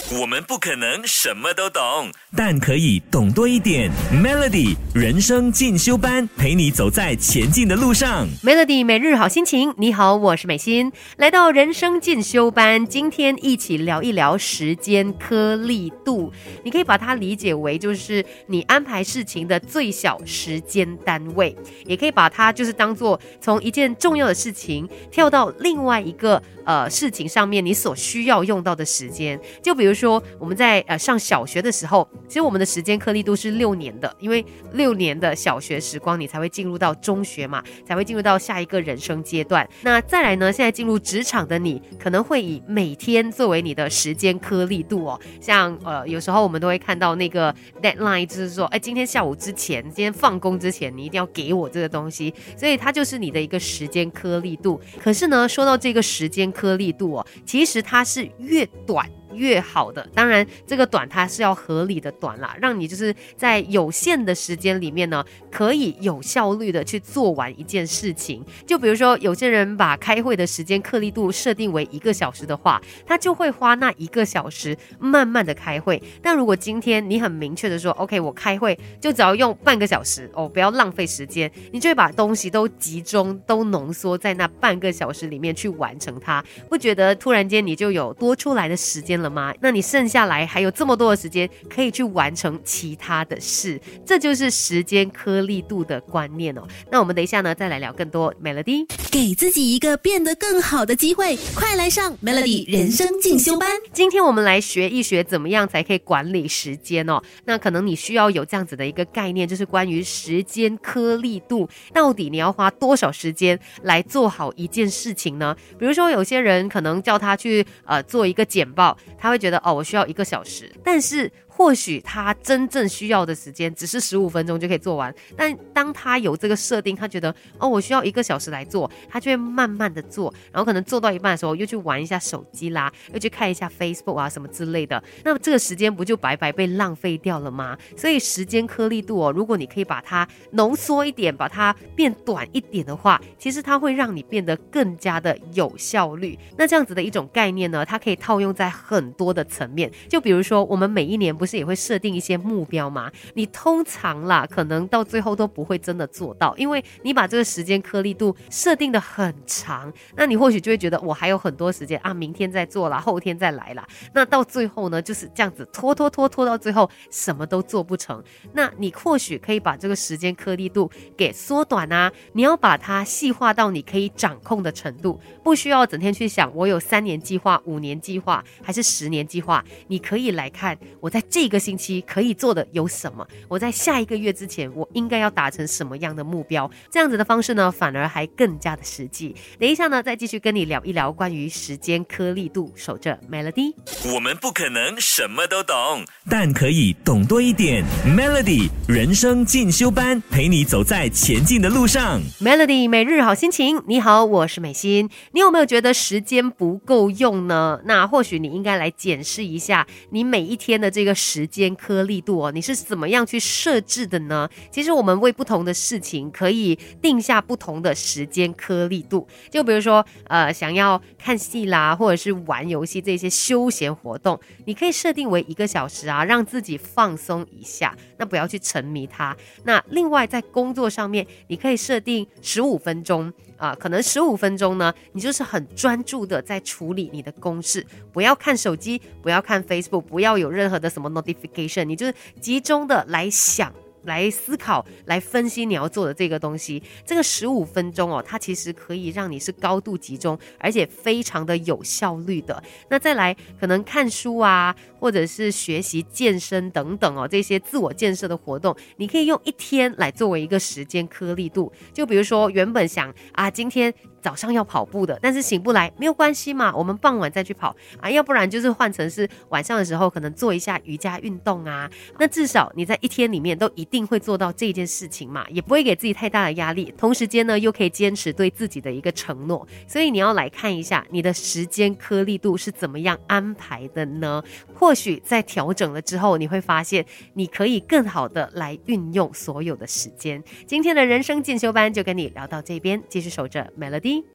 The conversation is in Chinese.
我们不可能什么都懂，但可以懂多一点。Melody 人生进修班，陪你走在前进的路上。 Melody 每日好心情，你好，我是美心，来到人生进修班，今天一起聊一聊时间颗粒度。你可以把它理解为就是你安排事情的最小时间单位，也可以把它就是当做从一件重要的事情跳到另外一个事情上面你所需要用到的时间。就比如说我们在上小学的时候，其实我们的时间颗粒度是6年的，因为6年的小学时光你才会进入到中学嘛，才会进入到下一个人生阶段。那再来呢，现在进入职场的你可能会以每天作为你的时间颗粒度哦。像有时候我们都会看到那个 deadline， 就是说今天下午之前，今天放工之前你一定要给我这个东西，所以它就是你的一个时间颗粒度。可是呢，说到这个时间颗粒度哦，其实它是越短越好的。当然这个短它是要合理的短啦，让你就是在有限的时间里面呢，可以有效率的去做完一件事情。就比如说有些人把开会的时间颗粒度设定为1个小时的话，他就会花那1个小时慢慢的开会。但如果今天你很明确的说 OK， 我开会就只要用半个小时哦，不要浪费时间，你就会把东西都集中都浓缩在那半个小时里面去完成它。不觉得突然间你就有多出来的时间了吗？那你剩下来还有这么多的时间可以去完成其他的事，这就是时间颗粒度的观念哦。那我们等一下呢再来聊更多。 Melody 给自己一个变得更好的机会，快来上 Melody 人生进修班。 今天我们来学一学怎么样才可以管理时间哦。那可能你需要有这样子的一个概念，就是关于时间颗粒度，到底你要花多少时间来做好一件事情呢？比如说有些人可能叫他去做一个简报，他会觉得我需要1个小时，但是或许他真正需要的时间只是15分钟就可以做完，但当他有这个设定，他觉得我需要1个小时来做，他就会慢慢的做，然后可能做到一半的时候又去玩一下手机啦，又去看一下 Facebook 啊什么之类的，那么这个时间不就白白被浪费掉了吗？所以时间颗粒度如果你可以把它浓缩一点，把它变短一点的话，其实它会让你变得更加的有效率。那这样子的一种概念呢，它可以套用在很多的层面。就比如说我们每一年不是也会设定一些目标吗？你通常啦可能到最后都不会真的做到，因为你把这个时间颗粒度设定的很长，那你或许就会觉得我还有很多时间明天再做啦，后天再来啦，那到最后呢就是这样子拖到最后什么都做不成。那你或许可以把这个时间颗粒度给缩短啊，你要把它细化到你可以掌控的程度，不需要整天去想我有3年计划、5年计划还是10年计划，你可以来看我在这个星期可以做的有什么，我在下一个月之前我应该要达成什么样的目标。这样子的方式呢反而还更加的实际。等一下呢再继续跟你聊一聊关于时间颗粒度。守着 Melody， 我们不可能什么都懂，但可以懂多一点。 Melody 人生进修班，陪你走在前进的路上。 Melody 每日好心情，你好，我是美心。你有没有觉得时间不够用呢？那或许你应该来检视一下你每一天的这个时间颗粒度你是怎么样去设置的呢？其实我们为不同的事情可以定下不同的时间颗粒度。就比如说想要看戏啦，或者是玩游戏这些休闲活动，你可以设定为1个小时啊，让自己放松一下，那不要去沉迷它。那另外在工作上面，你可以设定15分钟可能15分钟呢，你就是很专注的在处理你的公事，不要看手机，不要看 Facebook， 不要有任何的什么 notification， 你就是集中的来想，来思考，来分析你要做的这个东西。这个15分钟它其实可以让你是高度集中，而且非常的有效率的。那再来可能看书啊，或者是学习健身等等这些自我建设的活动，你可以用1天来作为一个时间颗粒度。就比如说原本想今天早上要跑步的，但是醒不来，没有关系嘛，我们傍晚再去跑要不然就是换成是晚上的时候可能做一下瑜伽运动那至少你在1天里面都一定会做到这件事情嘛，也不会给自己太大的压力，同时间呢又可以坚持对自己的一个承诺。所以你要来看一下你的时间颗粒度是怎么样安排的呢？或许在调整了之后，你会发现你可以更好的来运用所有的时间。今天的人生进修班就跟你聊到这边，继续守着 Melody。